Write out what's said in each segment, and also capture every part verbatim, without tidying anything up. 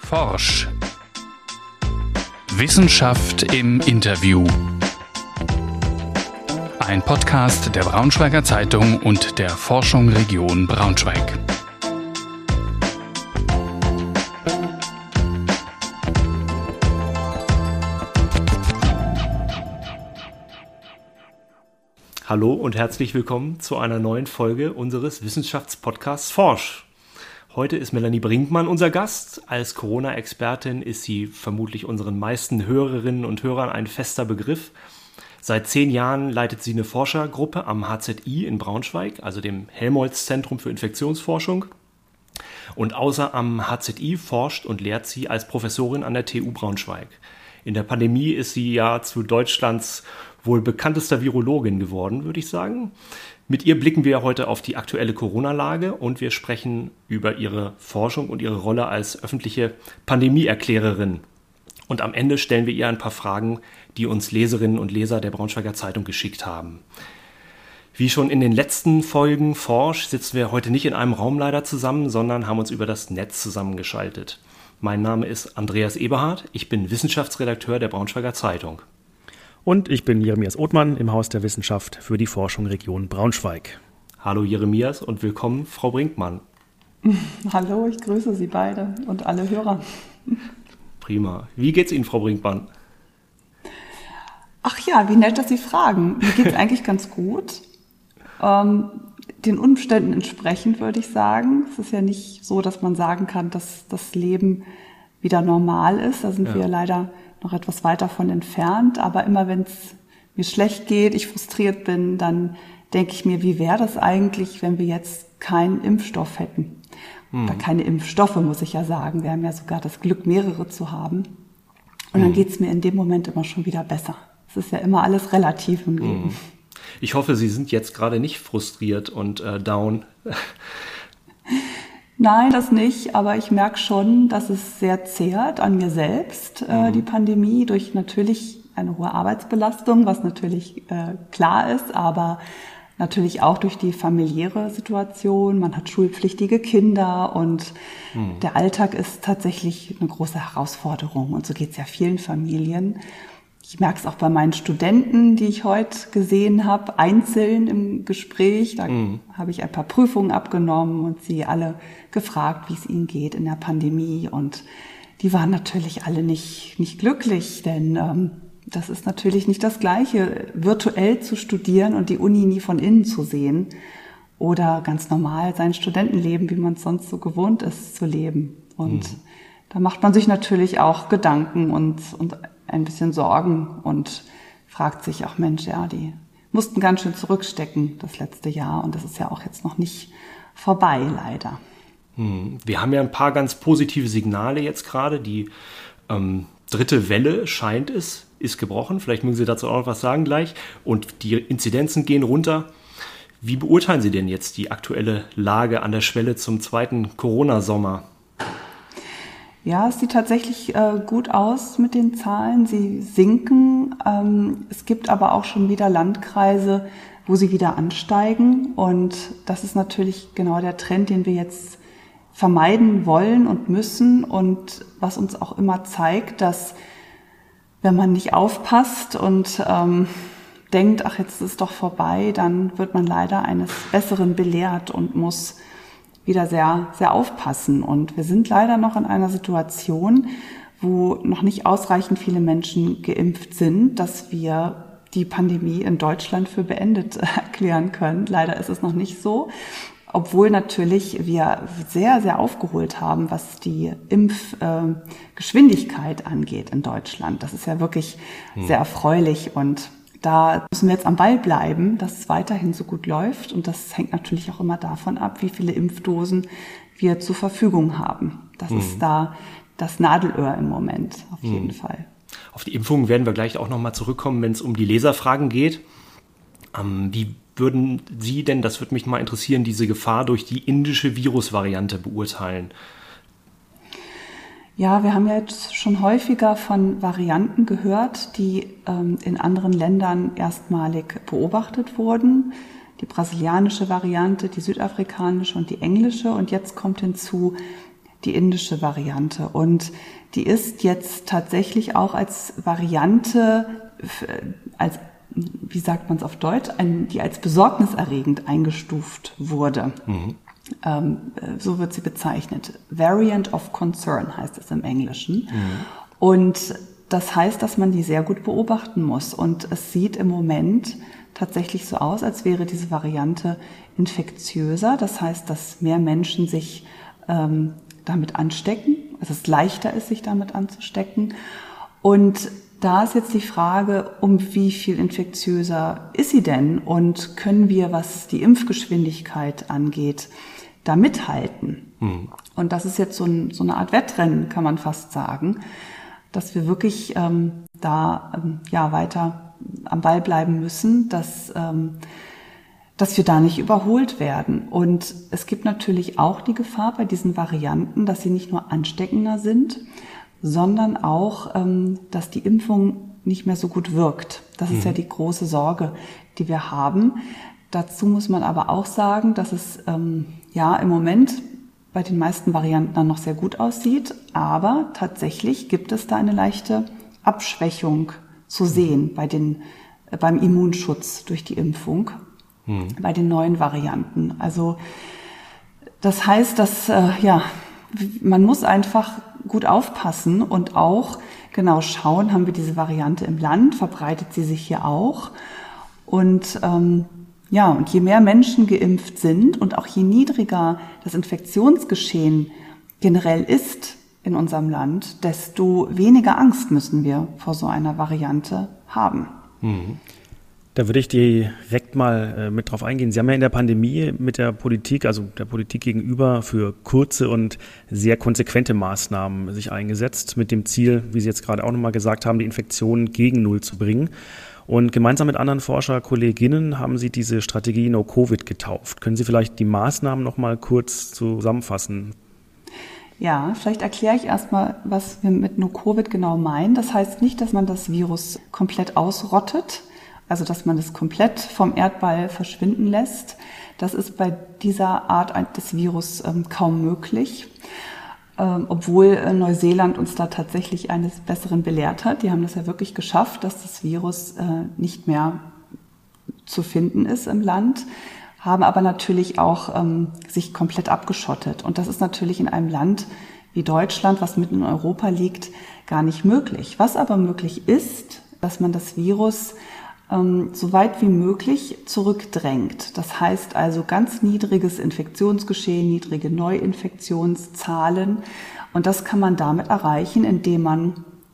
Forsch. Wissenschaft im Interview. Ein Podcast der Braunschweiger Zeitung und der Forschung Region Braunschweig. Hallo und herzlich willkommen zu einer neuen Folge unseres Wissenschaftspodcasts Forsch. Heute ist Melanie Brinkmann unser Gast. Als Corona-Expertin ist sie vermutlich unseren meisten Hörerinnen und Hörern ein fester Begriff. Seit zehn Jahren leitet sie eine Forschergruppe am H Z I in Braunschweig, also dem Helmholtz-Zentrum für Infektionsforschung. Und außer am H Z I forscht und lehrt sie als Professorin an der T U Braunschweig. In der Pandemie ist sie ja zu Deutschlands wohl bekanntester Virologin geworden, würde ich sagen. Mit ihr blicken wir heute auf die aktuelle Corona-Lage und wir sprechen über ihre Forschung und ihre Rolle als öffentliche Pandemieerklärerin. Und am Ende stellen wir ihr ein paar Fragen, die uns Leserinnen und Leser der Braunschweiger Zeitung geschickt haben. Wie schon in den letzten Folgen Forsch sitzen wir heute nicht in einem Raum leider zusammen, sondern haben uns über das Netz zusammengeschaltet. Mein Name ist Andreas Eberhardt, ich bin Wissenschaftsredakteur der Braunschweiger Zeitung. Und ich bin Jeremias Othmann im Haus der Wissenschaft für die Forschung Region Braunschweig. Hallo Jeremias und willkommen Frau Brinkmann. Hallo, ich grüße Sie beide und alle Hörer. Prima. Wie geht's Ihnen, Frau Brinkmann? Ach ja, wie nett, dass Sie fragen. Mir geht's eigentlich ganz gut. Ähm, den Umständen entsprechend würde ich sagen. Es ist ja nicht so, dass man sagen kann, dass das Leben wieder normal ist. Da sind ja. wir leider noch etwas weit davon entfernt, aber immer wenn es mir schlecht geht, ich frustriert bin, dann denke ich mir, wie wäre das eigentlich, wenn wir jetzt keinen Impfstoff hätten? Hm. Oder keine Impfstoffe, muss ich ja sagen. Wir haben ja sogar das Glück, mehrere zu haben. Und dann hm. geht es mir in dem Moment immer schon wieder besser. Es ist ja immer alles relativ im Leben. Hm. Ich hoffe, Sie sind jetzt gerade nicht frustriert und äh, down. Nein, das nicht, aber ich merke schon, dass es sehr zehrt an mir selbst, äh, mhm. die Pandemie, durch natürlich eine hohe Arbeitsbelastung, was natürlich äh, klar ist, aber natürlich auch durch die familiäre Situation. Man hat schulpflichtige Kinder und mhm. der Alltag ist tatsächlich eine große Herausforderung und so geht es ja vielen Familien. Ich merke es auch bei meinen Studenten, die ich heute gesehen habe, einzeln im Gespräch. Da mhm. habe ich ein paar Prüfungen abgenommen und sie alle gefragt, wie es ihnen geht in der Pandemie. Und die waren natürlich alle nicht, nicht glücklich, denn ähm, das ist natürlich nicht das Gleiche, virtuell zu studieren und die Uni nie von innen zu sehen oder ganz normal sein Studentenleben, wie man es sonst so gewohnt ist, zu leben. Und mhm. da macht man sich natürlich auch Gedanken und, und ein bisschen Sorgen und fragt sich auch, Mensch, ja, die mussten ganz schön zurückstecken das letzte Jahr und das ist ja auch jetzt noch nicht vorbei, leider. Wir haben ja ein paar ganz positive Signale jetzt gerade. Die ähm, dritte Welle, scheint es, ist gebrochen. Vielleicht mögen Sie dazu auch noch was sagen gleich. Und die Inzidenzen gehen runter. Wie beurteilen Sie denn jetzt die aktuelle Lage an der Schwelle zum zweiten Corona-Sommer? Ja, es sieht tatsächlich äh, gut aus mit den Zahlen. Sie sinken. Ähm, es gibt aber auch schon wieder Landkreise, wo sie wieder ansteigen. Und das ist natürlich genau der Trend, den wir jetzt vermeiden wollen und müssen. Und was uns auch immer zeigt, dass wenn man nicht aufpasst und ähm, denkt, ach, jetzt ist es doch vorbei, dann wird man leider eines Besseren belehrt und muss wieder sehr, sehr aufpassen. Und wir sind leider noch in einer Situation, wo noch nicht ausreichend viele Menschen geimpft sind, dass wir die Pandemie in Deutschland für beendet erklären können. Leider ist es noch nicht so, obwohl natürlich wir sehr, sehr aufgeholt haben, was die Impfgeschwindigkeit äh, angeht in Deutschland. Das ist ja wirklich hm. sehr erfreulich und da müssen wir jetzt am Ball bleiben, dass es weiterhin so gut läuft. Und das hängt natürlich auch immer davon ab, wie viele Impfdosen wir zur Verfügung haben. Das mhm. ist da das Nadelöhr im Moment, auf mhm. jeden Fall. Auf die Impfungen werden wir gleich auch nochmal zurückkommen, wenn es um die Leserfragen geht. Ähm, wie würden Sie denn, das würde mich mal interessieren, diese Gefahr durch die indische Virusvariante beurteilen? Ja, wir haben ja jetzt schon häufiger von Varianten gehört, die ähm, in anderen Ländern erstmalig beobachtet wurden. Die brasilianische Variante, die südafrikanische und die englische. Und jetzt kommt hinzu die indische Variante. Und die ist jetzt tatsächlich auch als Variante, als, wie sagt man es auf Deutsch, ein, die als besorgniserregend eingestuft wurde. Mhm. Ähm, so wird sie bezeichnet. Variant of Concern heißt es im Englischen. Mhm. Und das heißt, dass man die sehr gut beobachten muss. Und es sieht im Moment tatsächlich so aus, als wäre diese Variante infektiöser. Das heißt, dass mehr Menschen sich ähm, damit anstecken, dass es leichter ist, sich damit anzustecken. Und da ist jetzt die Frage, um wie viel infektiöser ist sie denn? Und können wir, was die Impfgeschwindigkeit angeht, da mithalten? Hm. Und das ist jetzt so, ein, so eine Art Wettrennen, kann man fast sagen, dass wir wirklich ähm, da ähm, ja weiter am Ball bleiben müssen, dass, ähm, dass wir da nicht überholt werden. Und es gibt natürlich auch die Gefahr bei diesen Varianten, dass sie nicht nur ansteckender sind, sondern auch, ähm, dass die Impfung nicht mehr so gut wirkt. Das mhm. ist ja die große Sorge, die wir haben. Dazu muss man aber auch sagen, dass es ähm, ja im Moment bei den meisten Varianten dann noch sehr gut aussieht, aber tatsächlich gibt es da eine leichte Abschwächung zu sehen bei den, beim Immunschutz durch die Impfung, hm. bei den neuen Varianten. Also das heißt, dass äh, ja, man muss einfach gut aufpassen und auch genau schauen, haben wir diese Variante im Land, verbreitet sie sich hier auch? Und ähm, ja, und je mehr Menschen geimpft sind und auch je niedriger das Infektionsgeschehen generell ist in unserem Land, desto weniger Angst müssen wir vor so einer Variante haben. Mhm. Da würde ich direkt mal äh, mit drauf eingehen. Sie haben ja in der Pandemie mit der Politik, also der Politik gegenüber, für kurze und sehr konsequente Maßnahmen sich eingesetzt, mit dem Ziel, wie Sie jetzt gerade auch nochmal gesagt haben, die Infektionen gegen Null zu bringen. Und gemeinsam mit anderen Forscherkolleginnen haben Sie diese Strategie No-Covid getauft. Können Sie vielleicht die Maßnahmen nochmal kurz zusammenfassen? Ja, vielleicht erkläre ich erstmal, was wir mit No-Covid genau meinen. Das heißt nicht, dass man das Virus komplett ausrottet, also dass man es komplett vom Erdball verschwinden lässt. Das ist bei dieser Art des Virus ähm, kaum möglich, ähm, obwohl äh, Neuseeland uns da tatsächlich eines Besseren belehrt hat. Die haben das ja wirklich geschafft, dass das Virus äh, nicht mehr zu finden ist im Land, haben aber natürlich auch ähm, sich komplett abgeschottet. Und das ist natürlich in einem Land wie Deutschland, was mitten in Europa liegt, gar nicht möglich. Was aber möglich ist, dass man das Virus ähm, so weit wie möglich zurückdrängt. Das heißt also ganz niedriges Infektionsgeschehen, niedrige Neuinfektionszahlen. Und das kann man damit erreichen, indem man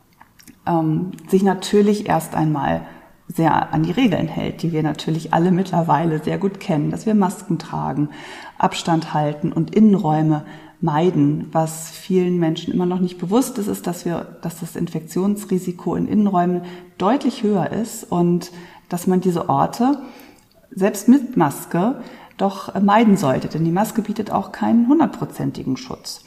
ähm, sich natürlich erst einmal sehr an die Regeln hält, die wir natürlich alle mittlerweile sehr gut kennen, dass wir Masken tragen, Abstand halten und Innenräume meiden. Was vielen Menschen immer noch nicht bewusst ist, ist, dass wir, dass das Infektionsrisiko in Innenräumen deutlich höher ist und dass man diese Orte selbst mit Maske doch meiden sollte, denn die Maske bietet auch keinen hundertprozentigen Schutz.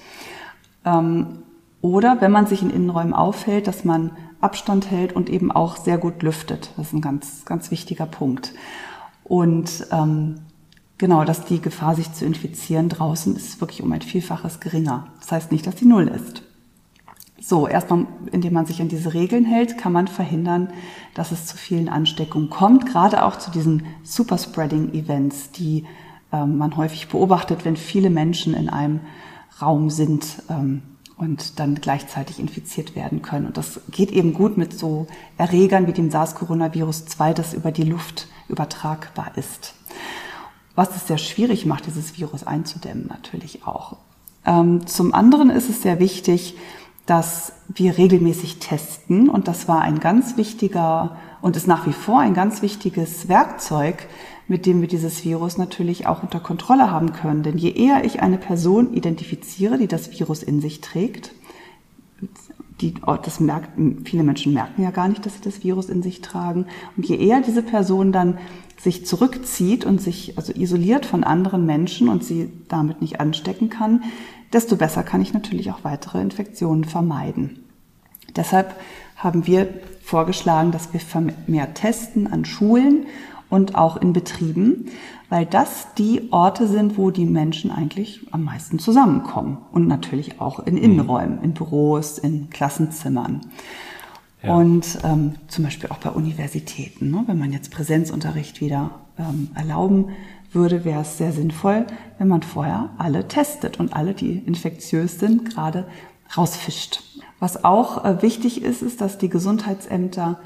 Oder wenn man sich in Innenräumen aufhält, dass man Abstand hält und eben auch sehr gut lüftet. Das ist ein ganz, ganz wichtiger Punkt. Und ähm, genau, dass die Gefahr, sich zu infizieren draußen, ist wirklich um ein Vielfaches geringer. Das heißt nicht, dass die Null ist. So, erstmal, indem man sich an diese Regeln hält, kann man verhindern, dass es zu vielen Ansteckungen kommt. Gerade auch zu diesen Superspreading-Events, die ähm, man häufig beobachtet, wenn viele Menschen in einem Raum sind, ähm, und dann gleichzeitig infiziert werden können. Und das geht eben gut mit so Erregern wie dem SARS-Coronavirus zwei, das über die Luft übertragbar ist. Was es sehr schwierig macht, dieses Virus einzudämmen, natürlich auch. Ähm, zum anderen ist es sehr wichtig, dass wir regelmäßig testen. Und das war ein ganz wichtiger und ist nach wie vor ein ganz wichtiges Werkzeug, mit dem wir dieses Virus natürlich auch unter Kontrolle haben können. Denn je eher ich eine Person identifiziere, die das Virus in sich trägt, die, das merkt, viele Menschen merken ja gar nicht, dass sie das Virus in sich tragen, und je eher diese Person dann sich zurückzieht und sich also isoliert von anderen Menschen und sie damit nicht anstecken kann, desto besser kann ich natürlich auch weitere Infektionen vermeiden. Deshalb haben wir vorgeschlagen, dass wir mehr testen an Schulen und auch in Betrieben, weil das die Orte sind, wo die Menschen eigentlich am meisten zusammenkommen und natürlich auch in Innenräumen, in Büros, in Klassenzimmern. Ja. Und ähm, zum Beispiel auch bei Universitäten, ne? Wenn man jetzt Präsenzunterricht wieder ähm, erlauben würde, wäre es sehr sinnvoll, wenn man vorher alle testet und alle, die infektiös sind, gerade rausfischt. Was auch äh, wichtig ist, ist, dass die Gesundheitsämter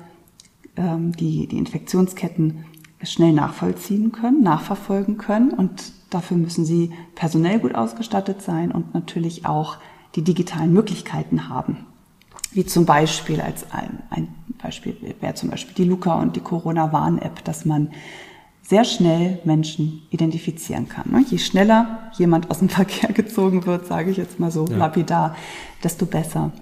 ähm, die, die Infektionsketten schnell nachvollziehen können, nachverfolgen können, und dafür müssen sie personell gut ausgestattet sein und natürlich auch die digitalen Möglichkeiten haben. Wie zum Beispiel, als ein, ein Beispiel wäre zum Beispiel die Luca und die Corona-Warn-App, dass man sehr schnell Menschen identifizieren kann. Je schneller jemand aus dem Verkehr gezogen wird, sage ich jetzt mal so ja. lapidar, desto besser.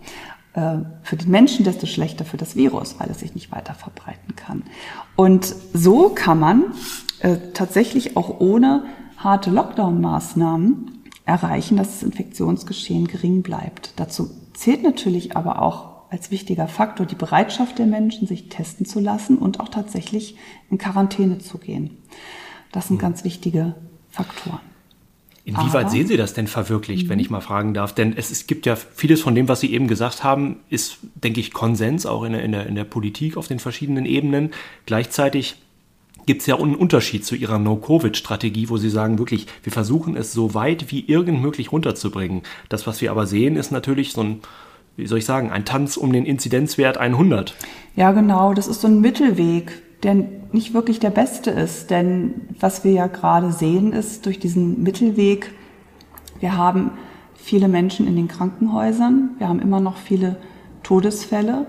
Für den Menschen, desto schlechter für das Virus, weil es sich nicht weiter verbreiten kann. Und so kann man äh, tatsächlich auch ohne harte Lockdown-Maßnahmen erreichen, dass das Infektionsgeschehen gering bleibt. Dazu zählt natürlich aber auch als wichtiger Faktor die Bereitschaft der Menschen, sich testen zu lassen und auch tatsächlich in Quarantäne zu gehen. Das sind mhm. ganz wichtige Faktoren. Inwieweit Aber, sehen Sie das denn verwirklicht, wenn ich mal fragen darf? Denn es, es gibt ja vieles von dem, was Sie eben gesagt haben, ist, denke ich, Konsens, auch in der, in der, in der Politik auf den verschiedenen Ebenen. Gleichzeitig gibt es ja einen Unterschied zu Ihrer No-Covid-Strategie, wo Sie sagen, wirklich, wir versuchen es so weit wie irgend möglich runterzubringen. Das, was wir aber sehen, ist natürlich so ein, wie soll ich sagen, ein Tanz um den Inzidenzwert hundert. Ja, genau, das ist so ein Mittelweg, der nicht wirklich der beste ist. Denn was wir ja gerade sehen, ist durch diesen Mittelweg, wir haben viele Menschen in den Krankenhäusern, wir haben immer noch viele Todesfälle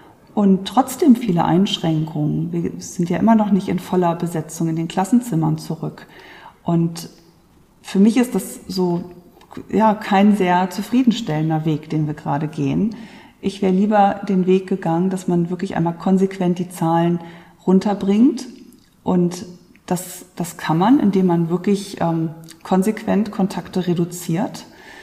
und trotzdem viele Einschränkungen. Wir sind ja immer noch nicht in voller Besetzung in den Klassenzimmern zurück. Und für mich ist das so, ja, kein sehr zufriedenstellender Weg, den wir gerade gehen. Ich wäre lieber den Weg gegangen, dass man wirklich einmal konsequent die Zahlen runterbringt, und das, das kann man, indem man wirklich ähm, konsequent Kontakte reduziert,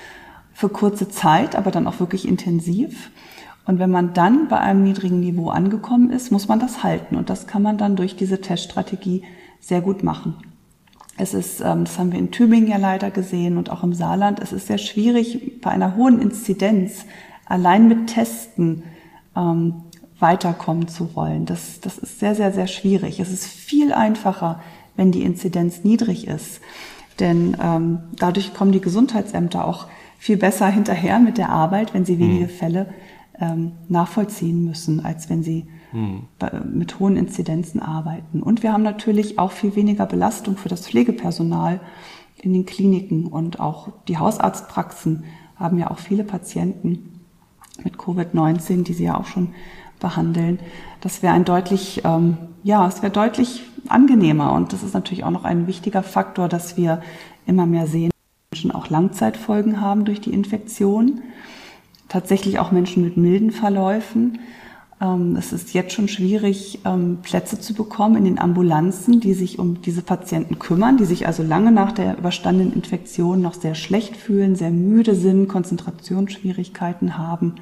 für kurze Zeit, aber dann auch wirklich intensiv. Und wenn man dann bei einem niedrigen Niveau angekommen ist, muss man das halten, und das kann man dann durch diese Teststrategie sehr gut machen. Es ist, ähm, das haben wir in Tübingen ja leider gesehen und auch im Saarland, es ist sehr schwierig, bei einer hohen Inzidenz allein mit Testen ähm, weiterkommen zu wollen. Das, das ist sehr, sehr, sehr schwierig. Es ist viel einfacher, wenn die Inzidenz niedrig ist. Denn ähm, dadurch kommen die Gesundheitsämter auch viel besser hinterher mit der Arbeit, wenn sie wenige mhm. Fälle ähm, nachvollziehen müssen, als wenn sie mhm. bei, mit hohen Inzidenzen arbeiten. Und wir haben natürlich auch viel weniger Belastung für das Pflegepersonal in den Kliniken, und auch die Hausarztpraxen haben ja auch viele Patienten mit Covid neunzehn, die sie ja auch schon behandeln. Das wäre ein deutlich, ähm, ja, es wäre deutlich angenehmer, und das ist natürlich auch noch ein wichtiger Faktor, dass wir immer mehr sehen, dass Menschen auch Langzeitfolgen haben durch die Infektion. Tatsächlich auch Menschen mit milden Verläufen. Ähm, es ist jetzt schon schwierig, ähm, Plätze zu bekommen in den Ambulanzen, die sich um diese Patienten kümmern, die sich also lange nach der überstandenen Infektion noch sehr schlecht fühlen, sehr müde sind, Konzentrationsschwierigkeiten haben.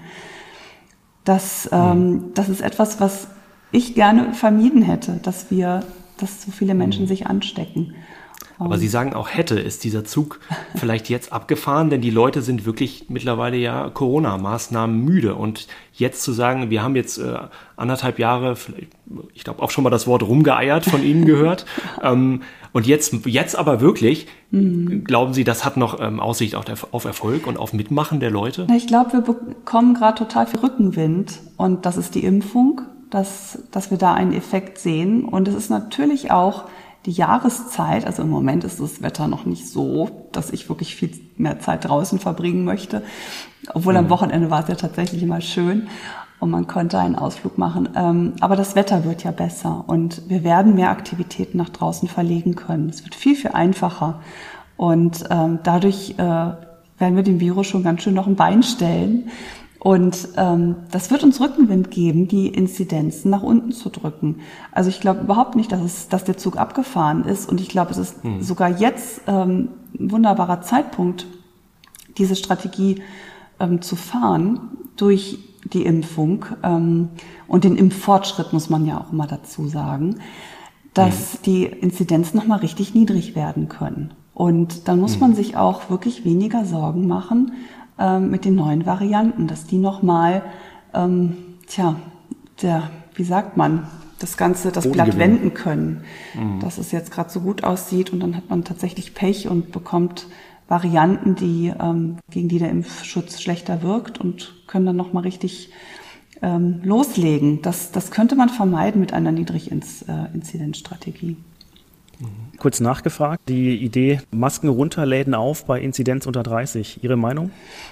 Das, ähm, das ist etwas, was ich gerne vermieden hätte, dass wir, dass so viele Menschen sich anstecken. Aber Sie sagen auch, hätte, ist dieser Zug vielleicht jetzt abgefahren, denn die Leute sind wirklich mittlerweile ja Corona-Maßnahmen müde. Und jetzt zu sagen, wir haben jetzt äh, anderthalb Jahre, ich glaube auch schon mal das Wort rumgeeiert von Ihnen gehört. ähm, und jetzt, jetzt aber wirklich, mhm. glauben Sie, das hat noch ähm, Aussicht auf, auf Erfolg und auf Mitmachen der Leute? Ich glaube, wir bekommen gerade total viel Rückenwind, und das ist die Impfung, dass, dass wir da einen Effekt sehen. Und es ist natürlich auch die Jahreszeit, also im Moment ist das Wetter noch nicht so, dass ich wirklich viel mehr Zeit draußen verbringen möchte. Obwohl mhm. am Wochenende war es ja tatsächlich immer schön und man konnte einen Ausflug machen. Aber das Wetter wird ja besser, und wir werden mehr Aktivitäten nach draußen verlegen können. Es wird viel, viel einfacher, und dadurch werden wir dem Virus schon ganz schön noch ein Bein stellen. Und ähm, das wird uns Rückenwind geben, die Inzidenzen nach unten zu drücken. Also ich glaube überhaupt nicht, dass es, dass der Zug abgefahren ist. Und ich glaube, es ist hm. sogar jetzt ähm, ein wunderbarer Zeitpunkt, diese Strategie ähm, zu fahren durch die Impfung ähm, und den Impffortschritt, muss man ja auch immer dazu sagen. dass mhm. die Inzidenzen nochmal richtig niedrig werden können. Und dann muss mhm. man sich auch wirklich weniger Sorgen machen äh, mit den neuen Varianten, dass die nochmal, ähm, tja, der, wie sagt man, das Ganze, das Blatt wenden können, mhm. dass es jetzt gerade so gut aussieht und dann hat man tatsächlich Pech und bekommt Varianten, die ähm, gegen die der Impfschutz schlechter wirkt und können dann nochmal richtig ähm, loslegen. Das, das könnte man vermeiden mit einer Niedriginzidenzstrategie. Mhm. Kurz nachgefragt, die Idee Masken runter, Läden auf bei Inzidenz unter dreißig. Ihre Meinung?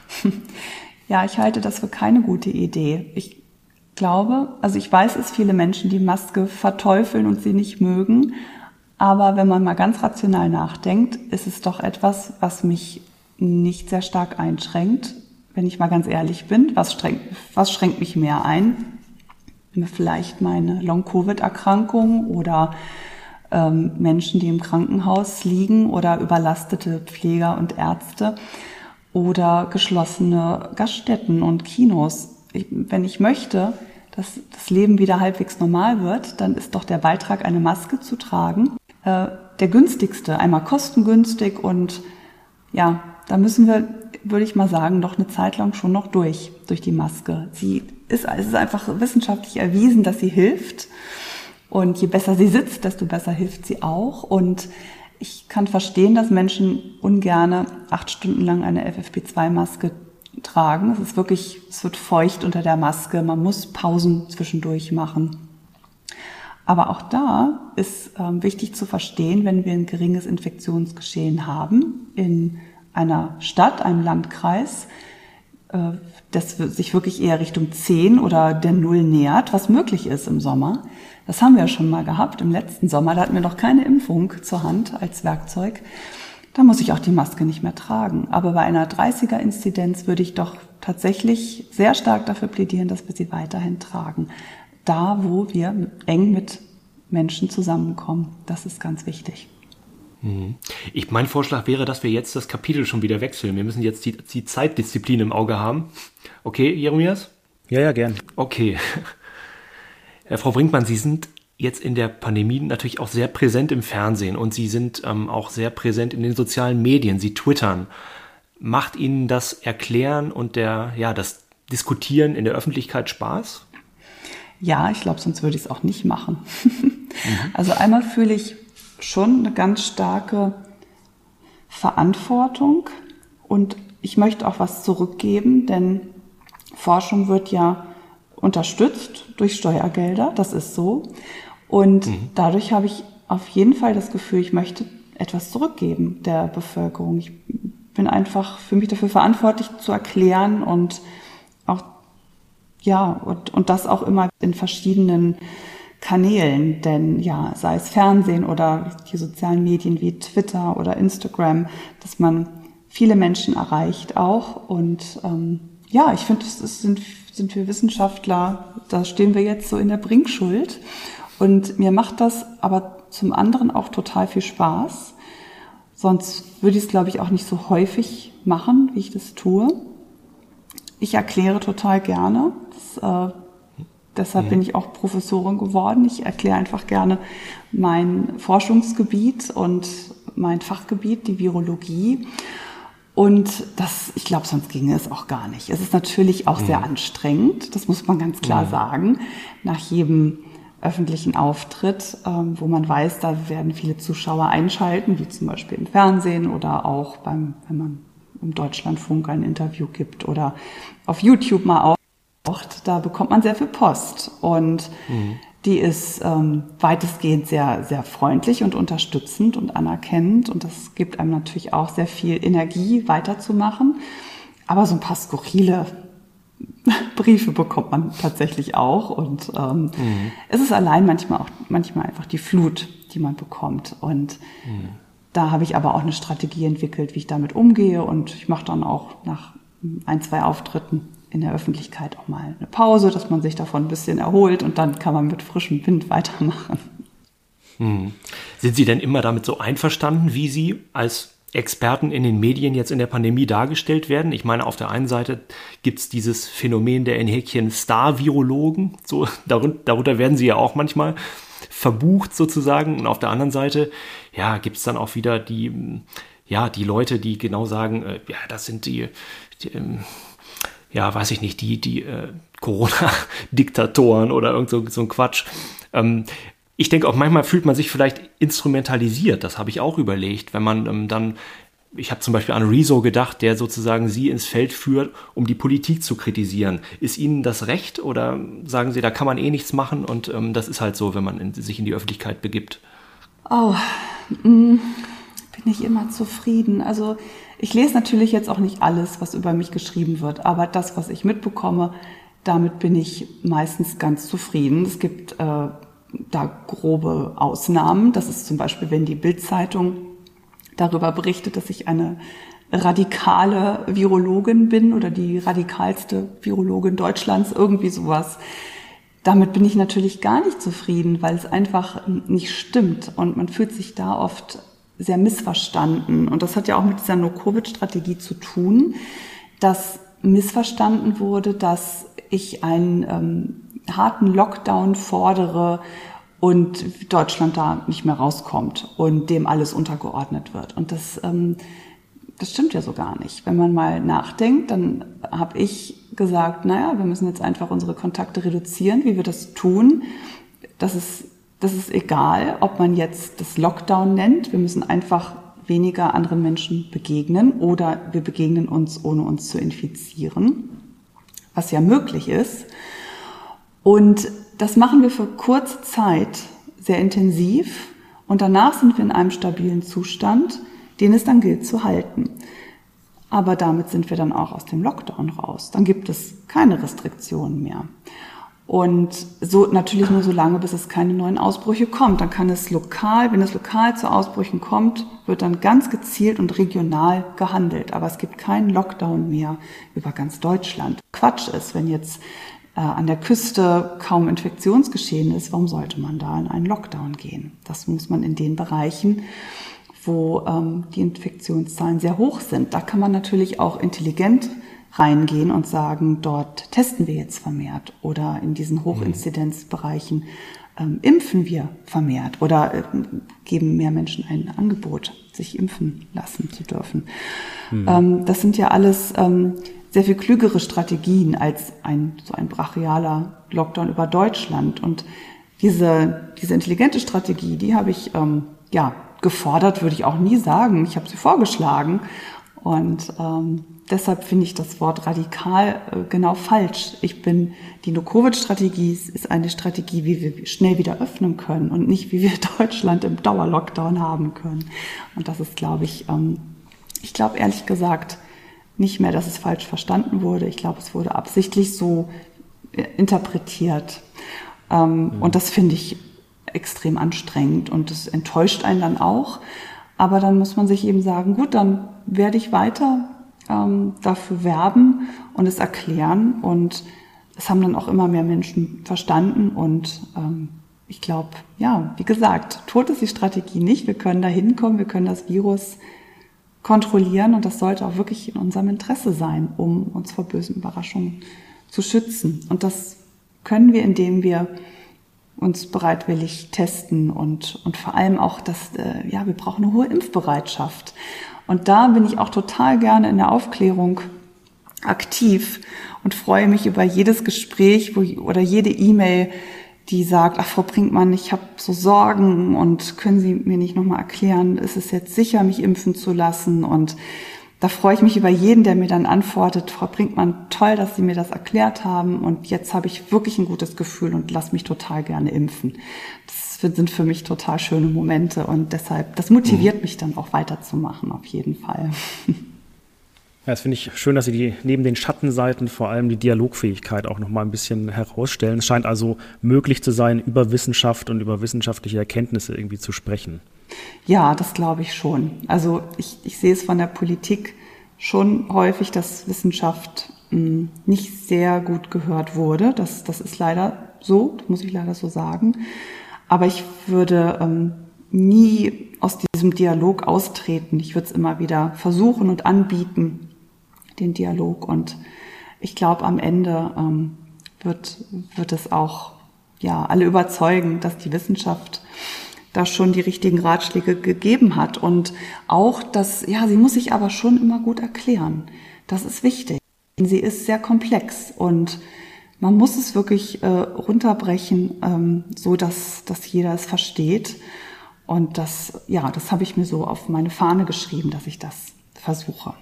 Ja, ich halte das für keine gute Idee. Ich glaube, also ich weiß es, viele Menschen, die Maske verteufeln und sie nicht mögen, aber wenn man mal ganz rational nachdenkt, ist es doch etwas, was mich nicht sehr stark einschränkt, wenn ich mal ganz ehrlich bin. Was schränkt, was schränkt mich mehr ein? Vielleicht meine Long-Covid-Erkrankung oder ähm, Menschen, die im Krankenhaus liegen oder überlastete Pfleger und Ärzte oder geschlossene Gaststätten und Kinos. Ich, wenn ich möchte, dass das Leben wieder halbwegs normal wird, dann ist doch der Beitrag, eine Maske zu tragen, äh, der günstigste, einmal kostengünstig und ja, da müssen wir, würde ich mal sagen, noch eine Zeit lang schon noch durch, durch die Maske. Sie ist, es ist einfach wissenschaftlich erwiesen, dass sie hilft und je besser sie sitzt, desto besser hilft sie auch und ich kann verstehen, dass Menschen ungerne acht Stunden lang eine F F P zwei Maske tragen. Es ist wirklich, es wird feucht unter der Maske. Man muss Pausen zwischendurch machen. Aber auch da ist ähm, wichtig zu verstehen, wenn wir ein geringes Infektionsgeschehen haben in einer Stadt, einem Landkreis, äh, das sich wirklich eher Richtung zehn oder der Null nähert, was möglich ist im Sommer. Das haben wir ja schon mal gehabt im letzten Sommer. Da hatten wir noch keine Impfung zur Hand als Werkzeug. Da muss ich auch die Maske nicht mehr tragen. Aber bei einer dreißiger-Inzidenz würde ich doch tatsächlich sehr stark dafür plädieren, dass wir sie weiterhin tragen. Da, wo wir eng mit Menschen zusammenkommen. Das ist ganz wichtig. Ich, mein Vorschlag wäre, dass wir jetzt das Kapitel schon wieder wechseln. Wir müssen jetzt die, die Zeitdisziplin im Auge haben. Okay, Jeremias? Ja, ja, gern. Okay. Äh, Frau Brinkmann, Sie sind jetzt in der Pandemie natürlich auch sehr präsent im Fernsehen und Sie sind ähm, auch sehr präsent in den sozialen Medien. Sie twittern. Macht Ihnen das Erklären und der, ja, das Diskutieren in der Öffentlichkeit Spaß? Ja, ich glaube, sonst würde ich es auch nicht machen. mhm. Also einmal fühle ich schon eine ganz starke Verantwortung und ich möchte auch was zurückgeben, denn Forschung wird ja unterstützt durch Steuergelder, das ist so. Und mhm. dadurch habe ich auf jeden Fall das Gefühl, ich möchte etwas zurückgeben der Bevölkerung. Ich bin einfach für mich dafür verantwortlich zu erklären und auch, ja, und, und das auch immer in verschiedenen Kanälen, denn ja, sei es Fernsehen oder die sozialen Medien wie Twitter oder Instagram, dass man viele Menschen erreicht auch und ähm, ja, ich finde, das sind, sind wir Wissenschaftler, da stehen wir jetzt so in der Bringschuld und mir macht das aber zum anderen auch total viel Spaß, sonst würde ich es, glaube ich, auch nicht so häufig machen, wie ich das tue. Ich erkläre total gerne, das, äh, deshalb mhm. bin ich auch Professorin geworden. Ich erkläre einfach gerne mein Forschungsgebiet und mein Fachgebiet, die Virologie. Und das, ich glaube, sonst ginge es auch gar nicht. Es ist natürlich auch mhm. sehr anstrengend, das muss man ganz klar mhm. sagen, nach jedem öffentlichen Auftritt, ähm, wo man weiß, da werden viele Zuschauer einschalten, wie zum Beispiel im Fernsehen oder auch beim, wenn man im Deutschlandfunk ein Interview gibt oder auf YouTube mal auch. Da bekommt man sehr viel Post und mhm. die ist ähm, weitestgehend sehr, sehr freundlich und unterstützend und anerkennend und das gibt einem natürlich auch sehr viel Energie, weiterzumachen. Aber so ein paar skurrile Briefe bekommt man tatsächlich auch und ähm, mhm. es ist allein manchmal auch manchmal einfach die Flut, die man bekommt und mhm. da habe ich aber auch eine Strategie entwickelt, wie ich damit umgehe und ich mache dann auch nach ein, zwei Auftritten in der Öffentlichkeit auch mal eine Pause, dass man sich davon ein bisschen erholt und dann kann man mit frischem Wind weitermachen. Hm. Sind Sie denn immer damit so einverstanden, wie Sie als Experten in den Medien jetzt in der Pandemie dargestellt werden? Ich meine, auf der einen Seite gibt es dieses Phänomen der in Häkchen Star-Virologen, so, darunter, darunter werden Sie ja auch manchmal verbucht sozusagen. Und auf der anderen Seite, ja, gibt es dann auch wieder die, ja, die Leute, die genau sagen, äh, ja, das sind die, die ähm, ja, weiß ich nicht, die, die äh, Corona-Diktatoren oder irgend so, so ein Quatsch. Ähm, ich denke auch, manchmal fühlt man sich vielleicht instrumentalisiert. Das habe ich auch überlegt, wenn man ähm, dann, ich habe zum Beispiel an Rezo gedacht, der sozusagen Sie ins Feld führt, um die Politik zu kritisieren. Ist Ihnen das recht oder sagen Sie, da kann man eh nichts machen und ähm, das ist halt so, wenn man in, sich in die Öffentlichkeit begibt? Oh, mh, bin ich immer zufrieden. Also ich lese natürlich jetzt auch nicht alles, was über mich geschrieben wird, aber das, was ich mitbekomme, damit bin ich meistens ganz zufrieden. Es gibt äh, da grobe Ausnahmen. Das ist zum Beispiel, wenn die Bild-Zeitung darüber berichtet, dass ich eine radikale Virologin bin oder die radikalste Virologin Deutschlands, irgendwie sowas. Damit bin ich natürlich gar nicht zufrieden, weil es einfach nicht stimmt und man fühlt sich da oft sehr missverstanden. Und das hat ja auch mit dieser No-Covid-Strategie zu tun, dass missverstanden wurde, dass ich einen ähm, harten Lockdown fordere und Deutschland da nicht mehr rauskommt und dem alles untergeordnet wird. Und das, ähm, das stimmt ja so gar nicht. Wenn man mal nachdenkt, dann habe ich gesagt, naja, wir müssen jetzt einfach unsere Kontakte reduzieren, wie wir das tun. Das ist Das ist egal, ob man jetzt das Lockdown nennt. Wir müssen einfach weniger anderen Menschen begegnen oder wir begegnen uns, ohne uns zu infizieren, was ja möglich ist. Und das machen wir für kurze Zeit sehr intensiv und danach sind wir in einem stabilen Zustand, den es dann gilt zu halten. Aber damit sind wir dann auch aus dem Lockdown raus. Dann gibt es keine Restriktionen mehr. Und so natürlich nur so lange, bis es keine neuen Ausbrüche kommt. Dann kann es lokal, wenn es lokal zu Ausbrüchen kommt, wird dann ganz gezielt und regional gehandelt. Aber es gibt keinen Lockdown mehr über ganz Deutschland. Quatsch ist, wenn jetzt äh, an der Küste kaum Infektionsgeschehen ist, warum sollte man da in einen Lockdown gehen? Das muss man in den Bereichen, wo ähm, die Infektionszahlen sehr hoch sind. Da kann man natürlich auch intelligent reingehen und sagen, dort testen wir jetzt vermehrt oder in diesen Hochinzidenzbereichen ähm, impfen wir vermehrt oder äh, geben mehr Menschen ein Angebot, sich impfen lassen zu dürfen. Mhm. Ähm, das sind ja alles ähm, sehr viel klügere Strategien als ein so ein brachialer Lockdown über Deutschland. Und diese diese intelligente Strategie, die habe ich ähm, ja gefordert, würde ich auch nie sagen. Ich habe sie vorgeschlagen und ähm, deshalb finde ich das Wort radikal äh, genau falsch. Ich bin, die No-Covid-Strategie ist eine Strategie, wie wir schnell wieder öffnen können und nicht, wie wir Deutschland im Dauerlockdown haben können. Und das ist, glaube ich, ähm, ich glaube ehrlich gesagt nicht mehr, dass es falsch verstanden wurde. Ich glaube, es wurde absichtlich so äh, interpretiert. Ähm, mhm. Und das finde ich extrem anstrengend und das enttäuscht einen dann auch. Aber dann muss man sich eben sagen, gut, dann werde ich weiter ähm, dafür werben und es erklären. Und es haben dann auch immer mehr Menschen verstanden. Und ähm, ich glaube, ja, wie gesagt, tot ist die Strategie nicht. Wir können da hinkommen, wir können das Virus kontrollieren. Und das sollte auch wirklich in unserem Interesse sein, um uns vor bösen Überraschungen zu schützen. Und das können wir, indem wir uns bereitwillig testen und und vor allem auch, dass äh, ja wir brauchen eine hohe Impfbereitschaft. Und da bin ich auch total gerne in der Aufklärung aktiv und freue mich über jedes Gespräch wo, oder jede E-Mail, die sagt, ach Frau Brinkmann, ich habe so Sorgen und können Sie mir nicht nochmal erklären, ist es jetzt sicher, mich impfen zu lassen? Und da freue ich mich über jeden, der mir dann antwortet, Frau Brinkmann, toll, dass Sie mir das erklärt haben und jetzt habe ich wirklich ein gutes Gefühl und lasse mich total gerne impfen. Das sind für mich total schöne Momente und deshalb, das motiviert mhm. mich dann auch weiterzumachen, auf jeden Fall. Ja, das finde ich schön, dass Sie die neben den Schattenseiten vor allem die Dialogfähigkeit auch noch mal ein bisschen herausstellen. Es scheint also möglich zu sein, über Wissenschaft und über wissenschaftliche Erkenntnisse irgendwie zu sprechen. Ja, das glaube ich schon. Also ich, ich sehe es von der Politik schon häufig, dass Wissenschaft mh, nicht sehr gut gehört wurde. Das, das ist leider so, das muss ich leider so sagen. Aber ich würde ähm, nie aus diesem Dialog austreten. Ich würde es immer wieder versuchen und anbieten, den Dialog. Und ich glaube, am Ende ähm, wird, wird es auch ja alle überzeugen, dass die Wissenschaft da schon die richtigen Ratschläge gegeben hat. Und auch, dass, ja, sie muss sich aber schon immer gut erklären. Das ist wichtig. Sie ist sehr komplex und man muss es wirklich äh, runterbrechen, ähm, so dass, dass jeder es versteht. Und das, ja, das habe ich mir so auf meine Fahne geschrieben, dass ich das versuche.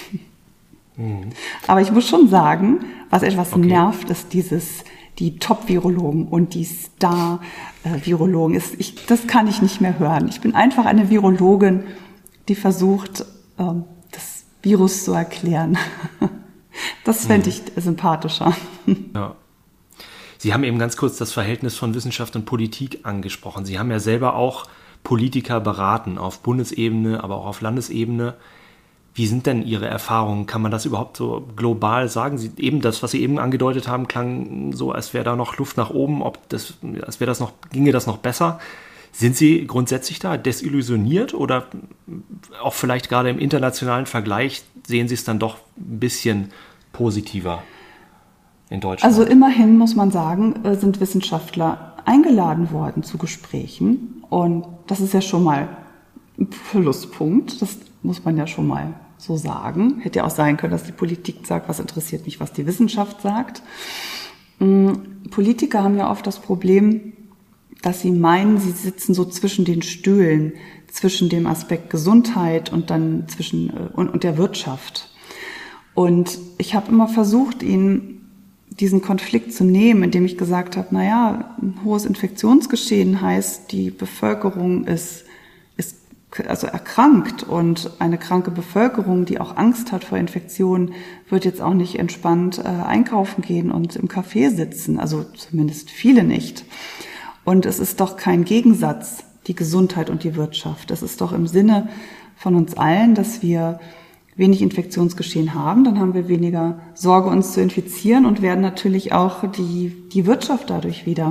Mhm. Aber ich muss schon sagen, was etwas okay. nervt, ist dieses, die Top-Virologen und die Star-Virologen. Ist, ich, das kann ich nicht mehr hören. Ich bin einfach eine Virologin, die versucht, ähm, das Virus zu erklären. Das fände ich mhm. sympathischer. Ja. Sie haben eben ganz kurz das Verhältnis von Wissenschaft und Politik angesprochen. Sie haben ja selber auch Politiker beraten, auf Bundesebene, aber auch auf Landesebene. Wie sind denn Ihre Erfahrungen? Kann man das überhaupt so global sagen? Sie, eben das, was Sie eben angedeutet haben, klang so, als wäre da noch Luft nach oben, ob das, als wäre das noch, ginge das noch besser. Sind Sie grundsätzlich da desillusioniert oder auch vielleicht gerade im internationalen Vergleich sehen Sie es dann doch ein bisschen positiver in Deutschland? Also immerhin muss man sagen, sind Wissenschaftler eingeladen worden zu Gesprächen und das ist ja schon mal ein Pluspunkt, das muss man ja schon mal so sagen. Hätte ja auch sein können, dass die Politik sagt, was interessiert mich, was die Wissenschaft sagt. Politiker haben ja oft das Problem, dass sie meinen, sie sitzen so zwischen den Stühlen, zwischen dem Aspekt Gesundheit und dann zwischen und, und der Wirtschaft. Und ich habe immer versucht, ihnen diesen Konflikt zu nehmen, indem ich gesagt habe, na ja, ein hohes Infektionsgeschehen heißt, die Bevölkerung ist, ist also erkrankt und eine kranke Bevölkerung, die auch Angst hat vor Infektionen, wird jetzt auch nicht entspannt äh, einkaufen gehen und im Café sitzen, also zumindest viele nicht. Und es ist doch kein Gegensatz, die Gesundheit und die Wirtschaft. Es ist doch im Sinne von uns allen, dass wir wenig Infektionsgeschehen haben, dann haben wir weniger Sorge, uns zu infizieren und werden natürlich auch die, die Wirtschaft dadurch wieder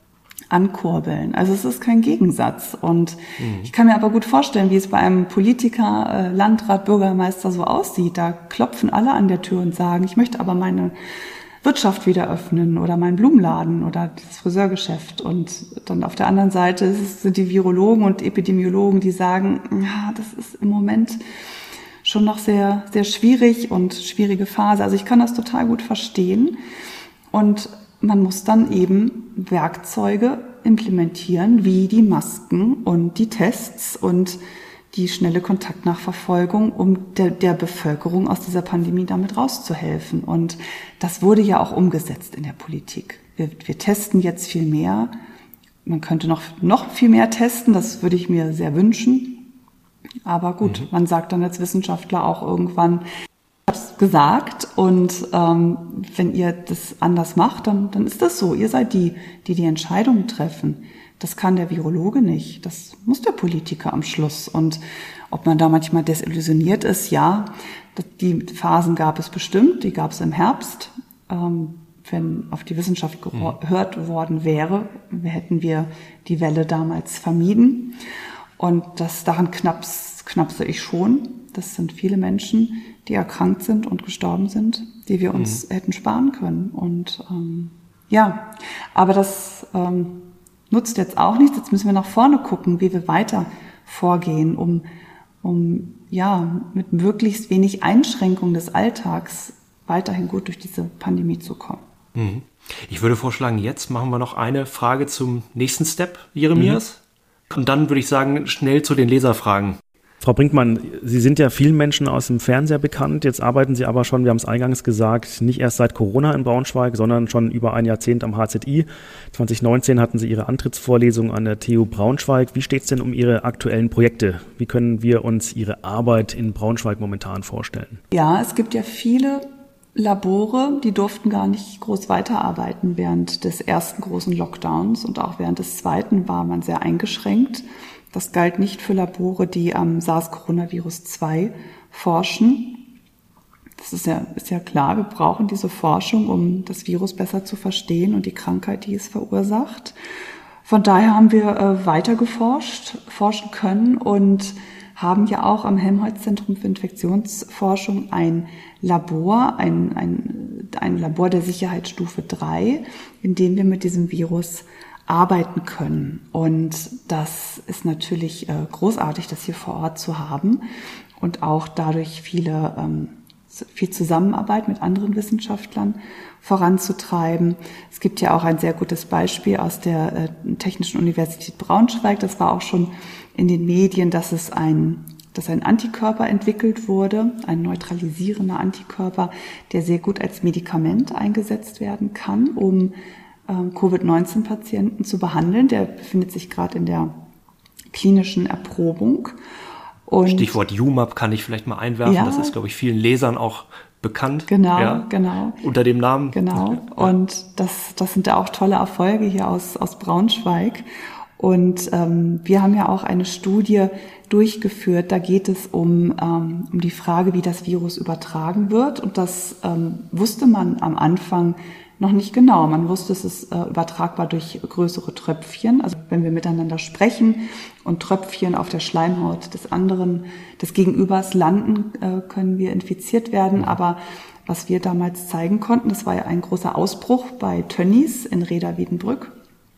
ankurbeln. Also es ist kein Gegensatz. Und mhm. ich kann mir aber gut vorstellen, wie es bei einem Politiker, Landrat, Bürgermeister so aussieht. Da klopfen alle an der Tür und sagen, ich möchte aber meine Wirtschaft wieder öffnen oder meinen Blumenladen oder das Friseurgeschäft. Und dann auf der anderen Seite sind die Virologen und Epidemiologen, die sagen, ja, das ist im Moment schon noch sehr, sehr schwierig und schwierige Phase. Also ich kann das total gut verstehen. Und man muss dann eben Werkzeuge implementieren, wie die Masken und die Tests und die schnelle Kontaktnachverfolgung, um der, der Bevölkerung aus dieser Pandemie damit rauszuhelfen. Und das wurde ja auch umgesetzt in der Politik. Wir, wir testen jetzt viel mehr. Man könnte noch, noch viel mehr testen, das würde ich mir sehr wünschen. Aber gut, mhm. man sagt dann als Wissenschaftler auch irgendwann, ich habe es gesagt und ähm, wenn ihr das anders macht, dann, dann ist das so. Ihr seid die, die die Entscheidungen treffen. Das kann der Virologe nicht. Das muss der Politiker am Schluss. Und ob man da manchmal desillusioniert ist, ja, die Phasen gab es bestimmt. Die gab es im Herbst. Ähm, wenn auf die Wissenschaft gehört worden wäre, hätten wir die Welle damals vermieden. Und das daran knaps, knapse ich schon. Das sind viele Menschen, die erkrankt sind und gestorben sind, die wir uns mhm. hätten sparen können. Und ähm, ja, aber das ähm, nutzt jetzt auch nichts. Jetzt müssen wir nach vorne gucken, wie wir weiter vorgehen, um, um ja mit möglichst wenig Einschränkung des Alltags weiterhin gut durch diese Pandemie zu kommen. Mhm. Ich würde vorschlagen, jetzt machen wir noch eine Frage zum nächsten Step, Jeremias. Mhm. Und dann würde ich sagen, schnell zu den Leserfragen. Frau Brinkmann, Sie sind ja vielen Menschen aus dem Fernseher bekannt. Jetzt arbeiten Sie aber schon, wir haben es eingangs gesagt, nicht erst seit Corona in Braunschweig, sondern schon über ein Jahrzehnt am H Z I. zwanzig neunzehn hatten Sie Ihre Antrittsvorlesung an der T U Braunschweig. Wie steht es denn um Ihre aktuellen Projekte? Wie können wir uns Ihre Arbeit in Braunschweig momentan vorstellen? Ja, es gibt ja viele Labore, die durften gar nicht groß weiterarbeiten während des ersten großen Lockdowns und auch während des zweiten war man sehr eingeschränkt. Das galt nicht für Labore, die am SARS-Coronavirus zwei forschen. Das ist ja, ist ja klar, wir brauchen diese Forschung, um das Virus besser zu verstehen und die Krankheit, die es verursacht. Von daher haben wir äh, weiter geforscht, forschen können und haben ja auch am Helmholtz-Zentrum für Infektionsforschung ein Labor, ein, ein, ein Labor der Sicherheitsstufe drei, in dem wir mit diesem Virus arbeiten können. Und das ist natürlich äh, großartig, das hier vor Ort zu haben und auch dadurch viele, ähm, viel Zusammenarbeit mit anderen Wissenschaftlern voranzutreiben. Es gibt ja auch ein sehr gutes Beispiel aus der äh, Technischen Universität Braunschweig. Das war auch schon in den Medien, dass es ein, dass ein Antikörper entwickelt wurde, ein neutralisierender Antikörper, der sehr gut als Medikament eingesetzt werden kann, um Covid neunzehn Patienten zu behandeln. Der befindet sich gerade in der klinischen Erprobung. Und Stichwort U M A P kann ich vielleicht mal einwerfen. Ja, das ist, glaube ich, vielen Lesern auch bekannt. Genau, ja, genau. Unter dem Namen. Genau. Und das, das sind ja auch tolle Erfolge hier aus, aus Braunschweig. Und ähm, wir haben ja auch eine Studie durchgeführt. Da geht es um, ähm, um die Frage, wie das Virus übertragen wird. Und das ähm, wusste man am Anfang noch nicht genau. Man wusste, es ist äh, übertragbar durch größere Tröpfchen. Also wenn wir miteinander sprechen und Tröpfchen auf der Schleimhaut des anderen, des Gegenübers landen, äh, können wir infiziert werden. Aber was wir damals zeigen konnten, das war ja ein großer Ausbruch bei Tönnies in Rheda-Wiedenbrück.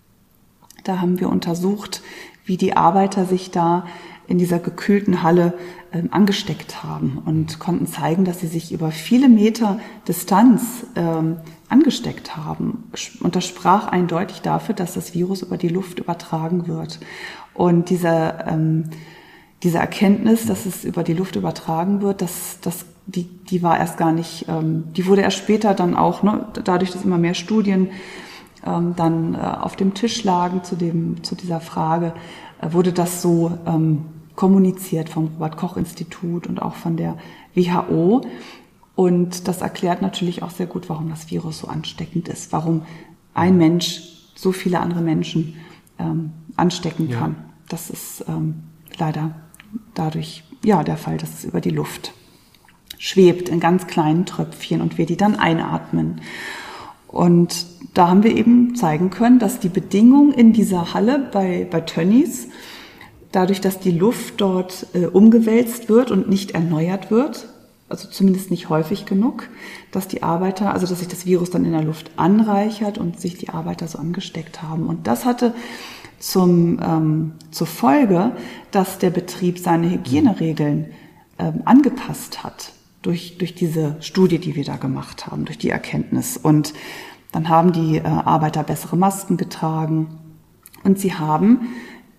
Da haben wir untersucht, wie die Arbeiter sich da in dieser gekühlten Halle ähm, angesteckt haben und konnten zeigen, dass sie sich über viele Meter Distanz ähm, angesteckt haben. Und das sprach eindeutig dafür, dass das Virus über die Luft übertragen wird. Und diese, ähm, diese Erkenntnis, dass es über die Luft übertragen wird, das, das, die, die war erst gar nicht, ähm, die wurde erst später dann auch, ne, dadurch, dass immer mehr Studien ähm, dann äh, auf dem Tisch lagen zu dem, zu dieser Frage, äh, wurde das so ähm, kommuniziert vom Robert-Koch-Institut und auch von der W H O. Und das erklärt natürlich auch sehr gut, warum das Virus so ansteckend ist, warum ein Mensch so viele andere Menschen ähm, anstecken kann. Ja. Das ist ähm, leider dadurch ja der Fall, dass es über die Luft schwebt in ganz kleinen Tröpfchen und wir die dann einatmen. Und da haben wir eben zeigen können, dass die Bedingungen in dieser Halle bei, bei Tönnies, dadurch, dass die Luft dort äh, umgewälzt wird und nicht erneuert wird, also zumindest nicht häufig genug, dass die Arbeiter, also dass sich das Virus dann in der Luft anreichert und sich die Arbeiter so angesteckt haben. Und das hatte zum, ähm, zur Folge, dass der Betrieb seine Hygieneregeln ähm, angepasst hat durch, durch diese Studie, die wir da gemacht haben, durch die Erkenntnis. Und dann haben die äh, Arbeiter bessere Masken getragen und sie haben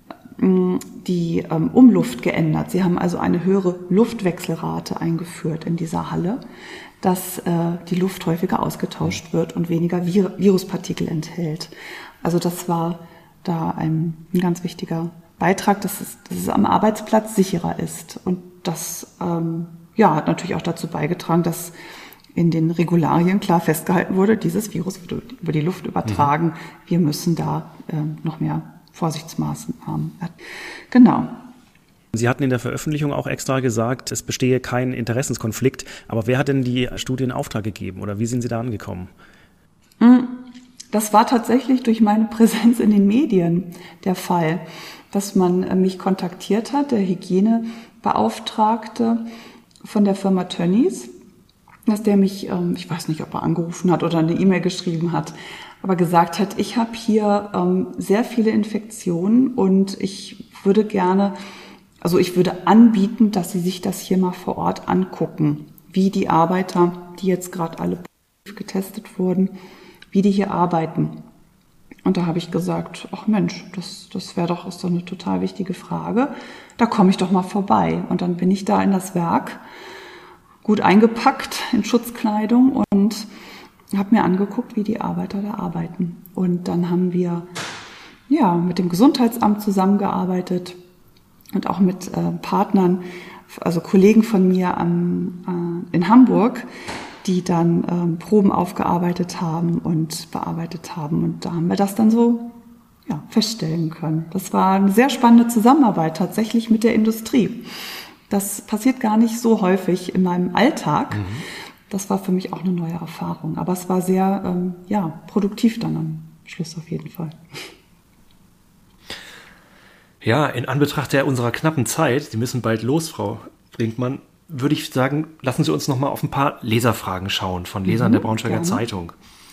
die ähm, Umluft geändert. Sie haben also eine höhere Luftwechselrate eingeführt in dieser Halle, dass äh, die Luft häufiger ausgetauscht wird und weniger Vir- Viruspartikel enthält. Also das war da ein, ein ganz wichtiger Beitrag, dass es, dass es am Arbeitsplatz sicherer ist. Und das ähm, ja, hat natürlich auch dazu beigetragen, dass in den Regularien klar festgehalten wurde, dieses Virus wird über die Luft übertragen. Mhm. Wir müssen da ähm, noch mehr Vorsichtsmaßnahmen. Genau. Sie hatten in der Veröffentlichung auch extra gesagt, es bestehe kein Interessenskonflikt. Aber wer hat denn die Studie in Auftrag gegeben oder wie sind Sie da angekommen? Das war tatsächlich durch meine Präsenz in den Medien der Fall, dass man mich kontaktiert hat, der Hygienebeauftragte von der Firma Tönnies, dass der mich, ich weiß nicht, ob er angerufen hat oder eine E-Mail geschrieben hat, aber gesagt hat, ich habe hier ähm, sehr viele Infektionen und ich würde gerne, also ich würde anbieten, dass Sie sich das hier mal vor Ort angucken, wie die Arbeiter, die jetzt gerade alle getestet wurden, wie die hier arbeiten. Und da habe ich gesagt, ach Mensch, das, das wäre doch, ist doch eine total wichtige Frage, da komme ich doch mal vorbei. Und dann bin ich da in das Werk, gut eingepackt in Schutzkleidung und habe mir angeguckt, wie die Arbeiter da arbeiten. Und dann haben wir ja mit dem Gesundheitsamt zusammengearbeitet und auch mit äh, Partnern, also Kollegen von mir am, äh, in Hamburg, die dann ähm, Proben aufgearbeitet haben und bearbeitet haben. Und da haben wir das dann so ja, feststellen können. Das war eine sehr spannende Zusammenarbeit tatsächlich mit der Industrie. Das passiert gar nicht so häufig in meinem Alltag. Mhm. Das war für mich auch eine neue Erfahrung. Aber es war sehr ähm, ja, produktiv dann am Schluss auf jeden Fall. Ja, in Anbetracht der unserer knappen Zeit, Sie müssen bald los, Frau Brinkmann, würde ich sagen, lassen Sie uns noch mal auf ein paar Leserfragen schauen von Lesern mhm, der Braunschweiger gerne. Zeitung.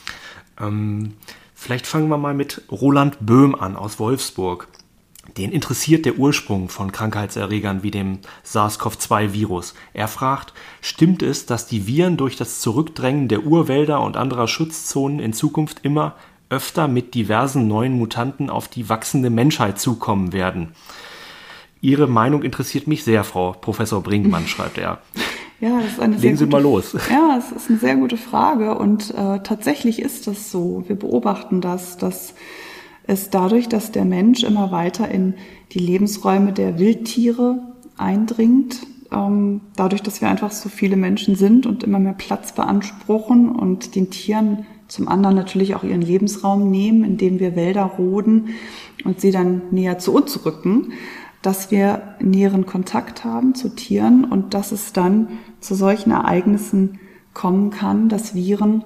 Ähm, vielleicht fangen wir mal mit Roland Böhm an aus Wolfsburg. Den interessiert der Ursprung von Krankheitserregern wie dem SARS-CoV zwei Virus. Er fragt, stimmt es, dass die Viren durch das Zurückdrängen der Urwälder und anderer Schutzzonen in Zukunft immer öfter mit diversen neuen Mutanten auf die wachsende Menschheit zukommen werden? Ihre Meinung interessiert mich sehr, Frau Professor Brinkmann, schreibt er. Ja, das ist eine Legen sehr Sie gute, mal los. Ja, es ist eine sehr gute Frage und äh, tatsächlich ist das so. Wir beobachten das, dass es dadurch, dass der Mensch immer weiter in die Lebensräume der Wildtiere eindringt, ähm, dadurch, dass wir einfach so viele Menschen sind und immer mehr Platz beanspruchen und den Tieren zum anderen natürlich auch ihren Lebensraum nehmen, indem wir Wälder roden und sie dann näher zu uns rücken, dass wir näheren Kontakt haben zu Tieren und dass es dann zu solchen Ereignissen kommen kann, dass Viren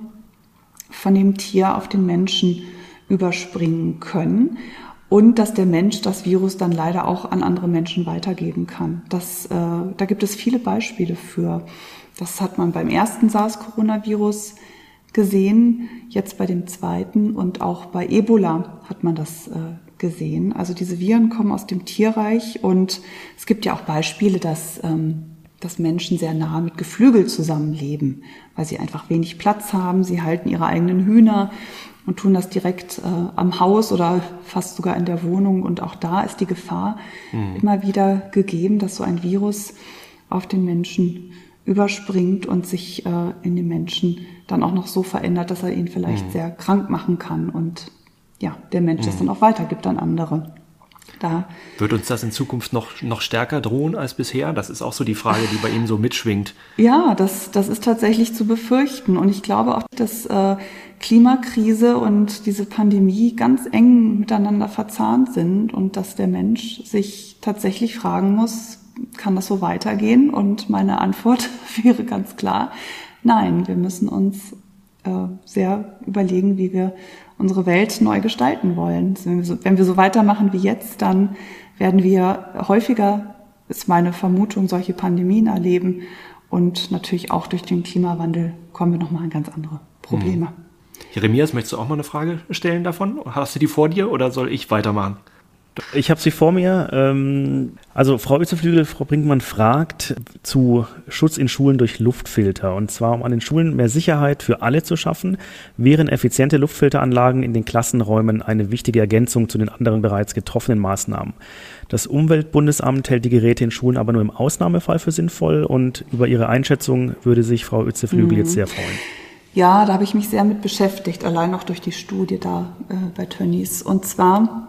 von dem Tier auf den Menschen überspringen können und dass der Mensch das Virus dann leider auch an andere Menschen weitergeben kann. Das, äh, da gibt es viele Beispiele für. Das hat man beim ersten SARS-Coronavirus gesehen, jetzt bei dem zweiten und auch bei Ebola hat man das äh, gesehen. Also diese Viren kommen aus dem Tierreich und es gibt ja auch Beispiele, dass, ähm, dass Menschen sehr nah mit Geflügel zusammenleben, weil sie einfach wenig Platz haben. Sie halten ihre eigenen Hühner und tun das direkt äh, am Haus oder fast sogar in der Wohnung. Und auch da ist die Gefahr mhm. immer wieder gegeben, dass so ein Virus auf den Menschen überspringt und sich äh, in den Menschen dann auch noch so verändert, dass er ihn vielleicht mhm. sehr krank machen kann. Und ja, der Mensch mhm. das dann auch weitergibt an andere. Da wird uns das in Zukunft noch, noch stärker drohen als bisher? Das ist auch so die Frage, die bei Ihnen so mitschwingt. Ja, das, das ist tatsächlich zu befürchten. Und ich glaube auch, dass äh, Klimakrise und diese Pandemie ganz eng miteinander verzahnt sind und dass der Mensch sich tatsächlich fragen muss, kann das so weitergehen? Und meine Antwort wäre ganz klar, nein, wir müssen uns äh, sehr überlegen, wie wir unsere Welt neu gestalten wollen. Wenn wir, so, wenn wir so weitermachen wie jetzt, dann werden wir häufiger, ist meine Vermutung, solche Pandemien erleben. Und natürlich auch durch den Klimawandel kommen wir nochmal an ganz andere Probleme. Hm. Jeremias, möchtest du auch mal eine Frage stellen davon? Hast du die vor dir oder soll ich weitermachen? Ich habe sie vor mir. Also Frau Uetzeflügel, Frau Brinkmann fragt zu Schutz in Schulen durch Luftfilter. Und zwar, um an den Schulen mehr Sicherheit für alle zu schaffen, wären effiziente Luftfilteranlagen in den Klassenräumen eine wichtige Ergänzung zu den anderen bereits getroffenen Maßnahmen. Das Umweltbundesamt hält die Geräte in Schulen aber nur im Ausnahmefall für sinnvoll. Und über Ihre Einschätzung würde sich Frau Uetzeflügel mhm. jetzt sehr freuen. Ja, da habe ich mich sehr mit beschäftigt, allein auch durch die Studie da äh, bei Tönnies. Und zwar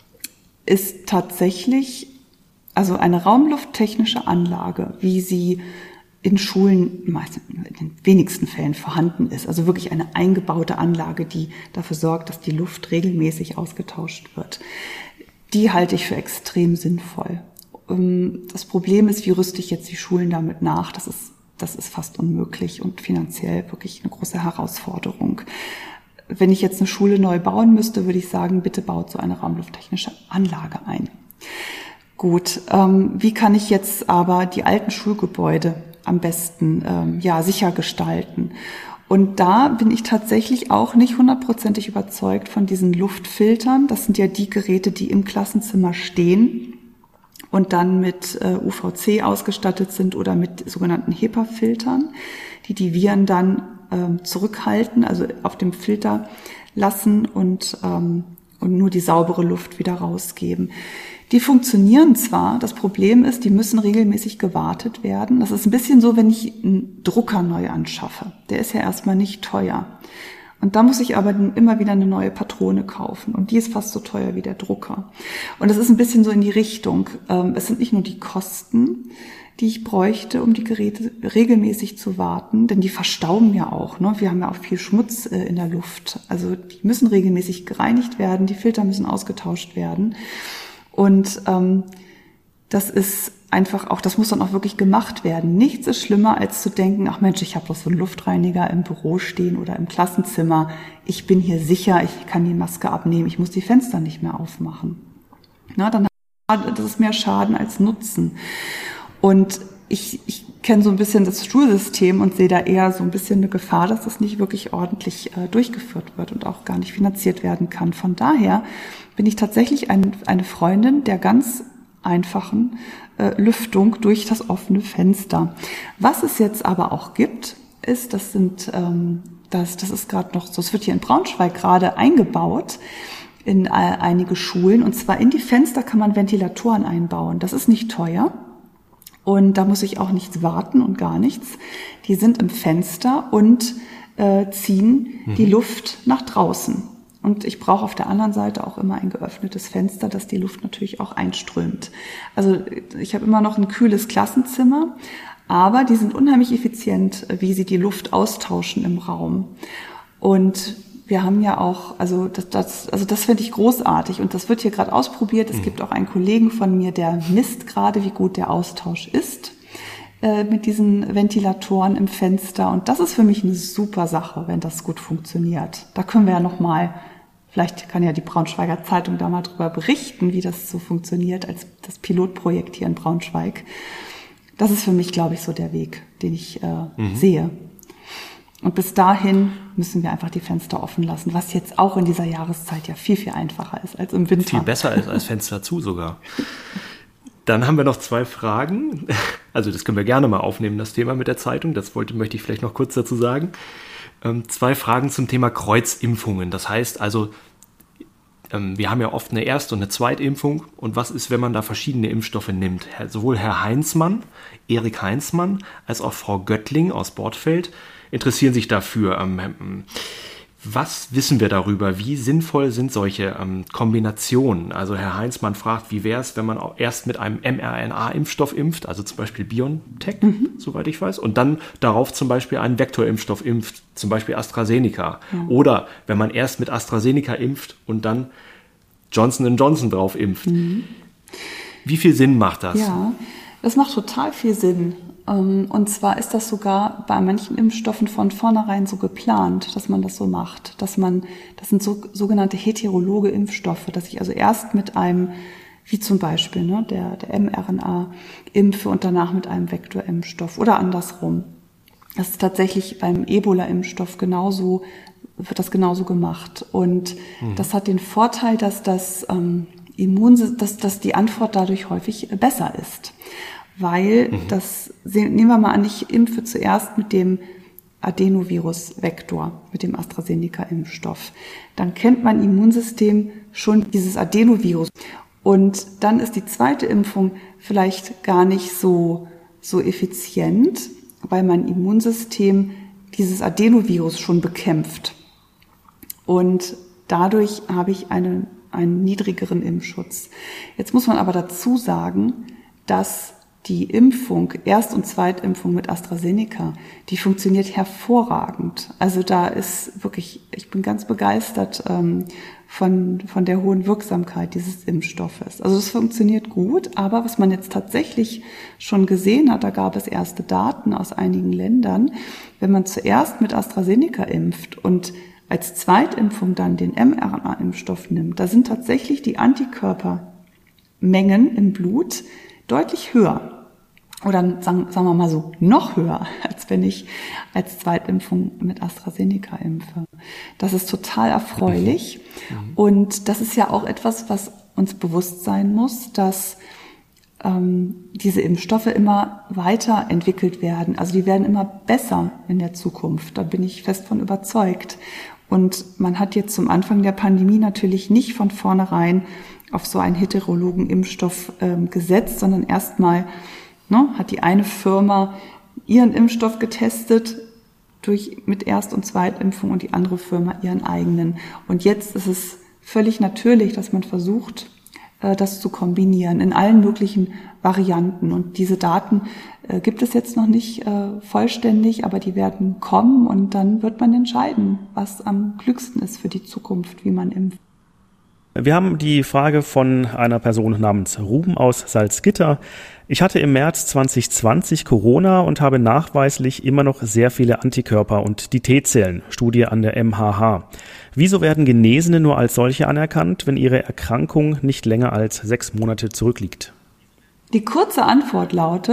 ist tatsächlich also eine raumlufttechnische Anlage, wie sie in Schulen meist in den wenigsten Fällen vorhanden ist. Also wirklich eine eingebaute Anlage, die dafür sorgt, dass die Luft regelmäßig ausgetauscht wird. Die halte ich für extrem sinnvoll. Das Problem ist, wie rüste ich jetzt die Schulen damit nach? Das ist, das ist fast unmöglich und finanziell wirklich eine große Herausforderung. Wenn ich jetzt eine Schule neu bauen müsste, würde ich sagen, bitte baut so eine raumlufttechnische Anlage ein. Gut, ähm, wie kann ich jetzt aber die alten Schulgebäude am besten ähm, ja sicher gestalten? Und da bin ich tatsächlich auch nicht hundertprozentig überzeugt von diesen Luftfiltern. Das sind ja die Geräte, die im Klassenzimmer stehen und dann mit äh, U V C ausgestattet sind oder mit sogenannten HEPA-Filtern, die die Viren dann ähm, zurückhalten, also auf dem Filter lassen und, ähm, und nur die saubere Luft wieder rausgeben. Die funktionieren zwar, das Problem ist, die müssen regelmäßig gewartet werden. Das ist ein bisschen so, wenn ich einen Drucker neu anschaffe. Der ist ja erstmal nicht teuer. Und da muss ich aber immer wieder eine neue Patrone kaufen. Und die ist fast so teuer wie der Drucker. Und das ist ein bisschen so in die Richtung. Es sind nicht nur die Kosten, die ich bräuchte, um die Geräte regelmäßig zu warten, denn die verstauben ja auch. Ne? Wir haben ja auch viel Schmutz äh, in der Luft. Also die müssen regelmäßig gereinigt werden, die Filter müssen ausgetauscht werden. Und ähm, das ist einfach auch, das muss dann auch wirklich gemacht werden. Nichts ist schlimmer, als zu denken, ach Mensch, ich habe doch so einen Luftreiniger im Büro stehen oder im Klassenzimmer. Ich bin hier sicher, ich kann die Maske abnehmen, ich muss die Fenster nicht mehr aufmachen. Na, dann das ist mehr Schaden als Nutzen. Und ich, ich kenne so ein bisschen das Schulsystem und sehe da eher so ein bisschen eine Gefahr, dass das nicht wirklich ordentlich äh, durchgeführt wird und auch gar nicht finanziert werden kann. Von daher bin ich tatsächlich ein, eine Freundin der ganz einfachen äh, Lüftung durch das offene Fenster. Was es jetzt aber auch gibt, ist, das sind, ähm, das, das ist gerade noch so, das wird hier in Braunschweig gerade eingebaut in äh, einige Schulen, und zwar in die Fenster kann man Ventilatoren einbauen. Das ist nicht teuer. Und da muss ich auch nichts warten und gar nichts. Die sind im Fenster und äh, ziehen mhm. die Luft nach draußen. Und ich brauche auf der anderen Seite auch immer ein geöffnetes Fenster, dass die Luft natürlich auch einströmt. Also ich habe immer noch ein kühles Klassenzimmer, aber die sind unheimlich effizient, wie sie die Luft austauschen im Raum. Und wir haben ja auch, also das, das, also das finde ich großartig und das wird hier gerade ausprobiert. Es mhm. gibt auch einen Kollegen von mir, der misst gerade, wie gut der Austausch ist äh, mit diesen Ventilatoren im Fenster. Und das ist für mich eine super Sache, wenn das gut funktioniert. Da können wir ja noch mal, vielleicht kann ja die Braunschweiger Zeitung da mal drüber berichten, wie das so funktioniert als das Pilotprojekt hier in Braunschweig. Das ist für mich, glaube ich, so der Weg, den ich äh, mhm. sehe. Und bis dahin müssen wir einfach die Fenster offen lassen, was jetzt auch in dieser Jahreszeit ja viel, viel einfacher ist als im Winter. Viel besser ist als Fenster zu sogar. Dann haben wir noch zwei Fragen. Also das können wir gerne mal aufnehmen, das Thema mit der Zeitung. Das wollte, möchte ich vielleicht noch kurz dazu sagen. Ähm, zwei Fragen zum Thema Kreuzimpfungen. Das heißt also, ähm, wir haben ja oft eine Erst- und eine Zweitimpfung. Und was ist, wenn man da verschiedene Impfstoffe nimmt? Sowohl Herr Heinzmann, Erik Heinzmann, als auch Frau Göttling aus Bortfeld interessieren sich dafür. Ähm, was wissen wir darüber? Wie sinnvoll sind solche ähm, Kombinationen? Also Herr Heinzmann fragt, wie wäre es, wenn man auch erst mit einem mRNA-Impfstoff impft, also zum Beispiel BioNTech, mhm. soweit ich weiß, und dann darauf zum Beispiel einen Vektorimpfstoff impft, zum Beispiel AstraZeneca. Ja. Oder wenn man erst mit AstraZeneca impft und dann Johnson und Johnson drauf impft. Mhm. Wie viel Sinn macht das? Ja, das macht total viel Sinn. Und zwar ist das sogar bei manchen Impfstoffen von vornherein so geplant, dass man das so macht, dass man, das sind so, sogenannte heterologe Impfstoffe, dass ich also erst mit einem, wie zum Beispiel ne, der, der mRNA impfe und danach mit einem Vektorimpfstoff oder andersrum. Das ist tatsächlich beim Ebola-Impfstoff genauso, wird das genauso gemacht. Und mhm. das hat den Vorteil, dass das ähm, Immun, dass, dass die Antwort dadurch häufig besser ist. Weil mhm. das, nehmen wir mal an, ich impfe zuerst mit dem Adenovirus-Vektor, mit dem AstraZeneca-Impfstoff. Dann kennt mein Immunsystem schon dieses Adenovirus. Und dann ist die zweite Impfung vielleicht gar nicht so, so effizient, weil mein Immunsystem dieses Adenovirus schon bekämpft. Und dadurch habe ich eine, einen niedrigeren Impfschutz. Jetzt muss man aber dazu sagen, dass die Impfung, Erst- und Zweitimpfung mit AstraZeneca, die funktioniert hervorragend. Also da ist wirklich, ich bin ganz begeistert ähm, von von der hohen Wirksamkeit dieses Impfstoffes. Also es funktioniert gut, aber was man jetzt tatsächlich schon gesehen hat, da gab es erste Daten aus einigen Ländern, wenn man zuerst mit AstraZeneca impft und als Zweitimpfung dann den mRNA-Impfstoff nimmt, da sind tatsächlich die Antikörpermengen im Blut deutlich höher oder sagen, sagen wir mal so, noch höher, als wenn ich als Zweitimpfung mit AstraZeneca impfe. Das ist total erfreulich mhm. und das ist ja auch etwas, was uns bewusst sein muss, dass ähm, diese Impfstoffe immer weiterentwickelt werden. Also die werden immer besser in der Zukunft, da bin ich fest von überzeugt. Und man hat jetzt zum Anfang der Pandemie natürlich nicht von vornherein auf so einen heterologen Impfstoff ähm, gesetzt, sondern erstmal ne, hat die eine Firma ihren Impfstoff getestet durch mit Erst- und Zweitimpfung und die andere Firma ihren eigenen. Und jetzt ist es völlig natürlich, dass man versucht, äh, das zu kombinieren in allen möglichen Varianten. Und diese Daten äh, gibt es jetzt noch nicht äh, vollständig, aber die werden kommen und dann wird man entscheiden, was am klügsten ist für die Zukunft, wie man impft. Wir haben die Frage von einer Person namens Ruben aus Salzgitter. Ich hatte im März zwanzig zwanzig Corona und habe nachweislich immer noch sehr viele Antikörper und die T-Zellen, Studie an der M H H. Wieso werden Genesene nur als solche anerkannt, wenn ihre Erkrankung nicht länger als sechs Monate zurückliegt? Die kurze Antwort lautet,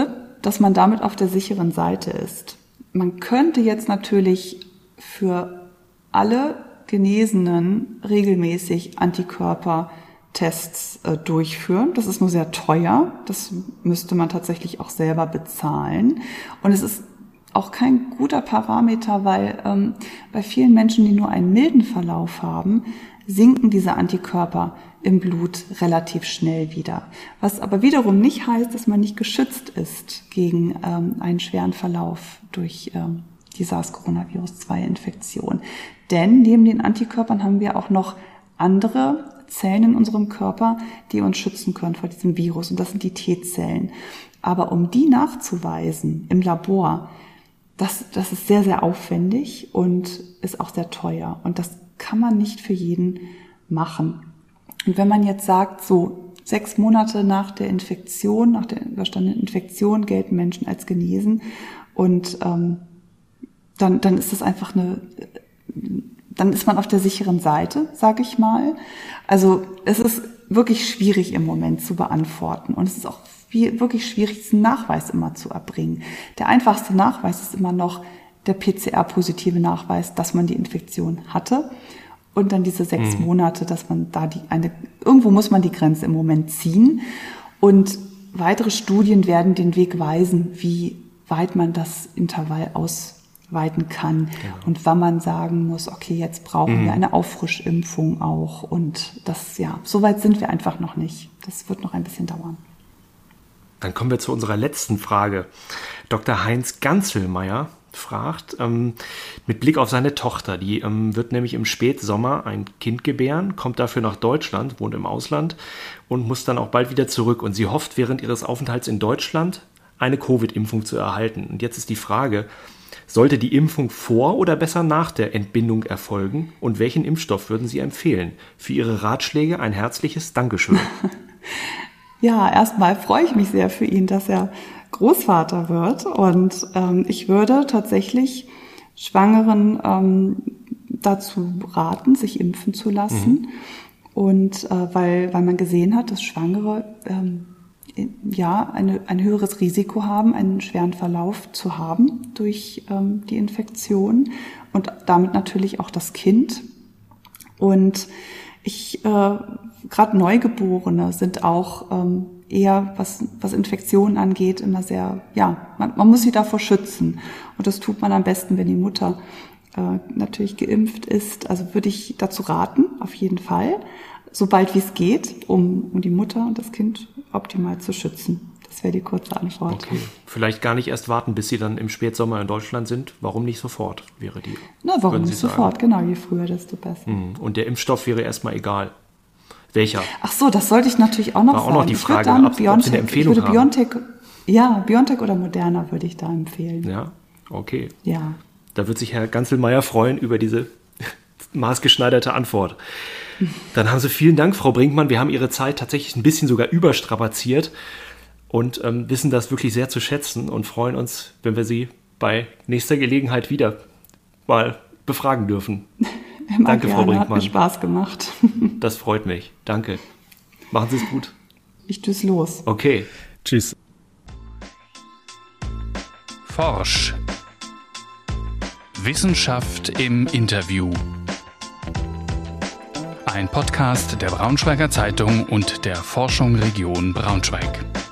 dass man damit auf der sicheren Seite ist. Man könnte jetzt natürlich für alle Genesenen regelmäßig Antikörpertests äh, durchführen. Das ist nur sehr teuer. Das müsste man tatsächlich auch selber bezahlen. Und es ist auch kein guter Parameter, weil ähm, bei vielen Menschen, die nur einen milden Verlauf haben, sinken diese Antikörper im Blut relativ schnell wieder. Was aber wiederum nicht heißt, dass man nicht geschützt ist gegen ähm, einen schweren Verlauf durch ähm, die SARS-Coronavirus zwei Infektion. Denn neben den Antikörpern haben wir auch noch andere Zellen in unserem Körper, die uns schützen können vor diesem Virus. Und das sind die T-Zellen. Aber um die nachzuweisen im Labor, das, das ist sehr, sehr aufwendig und ist auch sehr teuer. Und das kann man nicht für jeden machen. Und wenn man jetzt sagt, so sechs Monate nach der Infektion, nach der überstandenen Infektion gelten Menschen als genesen und ähm, dann, dann ist das einfach eine, dann ist man auf der sicheren Seite, sage ich mal. Also es ist wirklich schwierig im Moment zu beantworten und es ist auch wirklich schwierig, diesen Nachweis immer zu erbringen. Der einfachste Nachweis ist immer noch der P C R-positive Nachweis, dass man die Infektion hatte. Und dann diese sechs mhm. Monate, dass man da die eine, irgendwo muss man die Grenze im Moment ziehen. Und weitere Studien werden den Weg weisen, wie weit man das Intervall ausweiten kann. Ja. Und wann man sagen muss, okay, jetzt brauchen mhm. wir eine Auffrischimpfung auch. Und das, ja, so weit sind wir einfach noch nicht. Das wird noch ein bisschen dauern. Dann kommen wir zu unserer letzten Frage. Doktor Heinz Ganzelmeier fragt, ähm, mit Blick auf seine Tochter, die ähm, wird nämlich im Spätsommer ein Kind gebären, kommt dafür nach Deutschland, wohnt im Ausland und muss dann auch bald wieder zurück. Und sie hofft während ihres Aufenthalts in Deutschland eine Covid-Impfung zu erhalten. Und jetzt ist die Frage, sollte die Impfung vor oder besser nach der Entbindung erfolgen? Und welchen Impfstoff würden Sie empfehlen? Für Ihre Ratschläge ein herzliches Dankeschön. Ja, erstmal freue ich mich sehr für ihn, dass er Großvater wird und ähm, ich würde tatsächlich Schwangeren ähm, dazu raten, sich impfen zu lassen mhm. und äh, weil weil man gesehen hat, dass Schwangere ähm, ja eine, ein höheres Risiko haben, einen schweren Verlauf zu haben durch ähm, die Infektion und damit natürlich auch das Kind. Und ich äh, gerade Neugeborene sind auch ähm, eher, was, was Infektionen angeht, immer sehr, ja, man, man muss sie davor schützen. Und das tut man am besten, wenn die Mutter äh, natürlich geimpft ist. Also würde ich dazu raten, auf jeden Fall, sobald wie es geht, um, um die Mutter und das Kind optimal zu schützen. Das wäre die kurze Antwort. Okay, vielleicht gar nicht erst warten, bis sie dann im Spätsommer in Deutschland sind. Warum nicht sofort, wäre die? Na, warum nicht sofort? Genau, je früher, desto besser. Und der Impfstoff wäre erstmal egal. Welcher? Ach so, das sollte ich natürlich auch noch War sagen. auch noch die Frage, ob, ob Sie eine Empfehlung ich würde haben. BioNTech, ja, BioNTech oder Moderna würde ich da empfehlen. Ja, okay. Ja. Da wird sich Herr Ganzelmeier freuen über diese maßgeschneiderte Antwort. Dann haben Sie vielen Dank, Frau Brinkmann. Wir haben Ihre Zeit tatsächlich ein bisschen sogar überstrapaziert und ähm, wissen das wirklich sehr zu schätzen und freuen uns, wenn wir Sie bei nächster Gelegenheit wieder mal befragen dürfen. Immer Danke, gerne. Frau Brinkmann. Hat mir Spaß gemacht. Das freut mich. Danke. Machen Sie es gut. Ich tschüss los. Okay. Tschüss. Forsch. Wissenschaft im Interview. Ein Podcast der Braunschweiger Zeitung und der Forschung Region Braunschweig.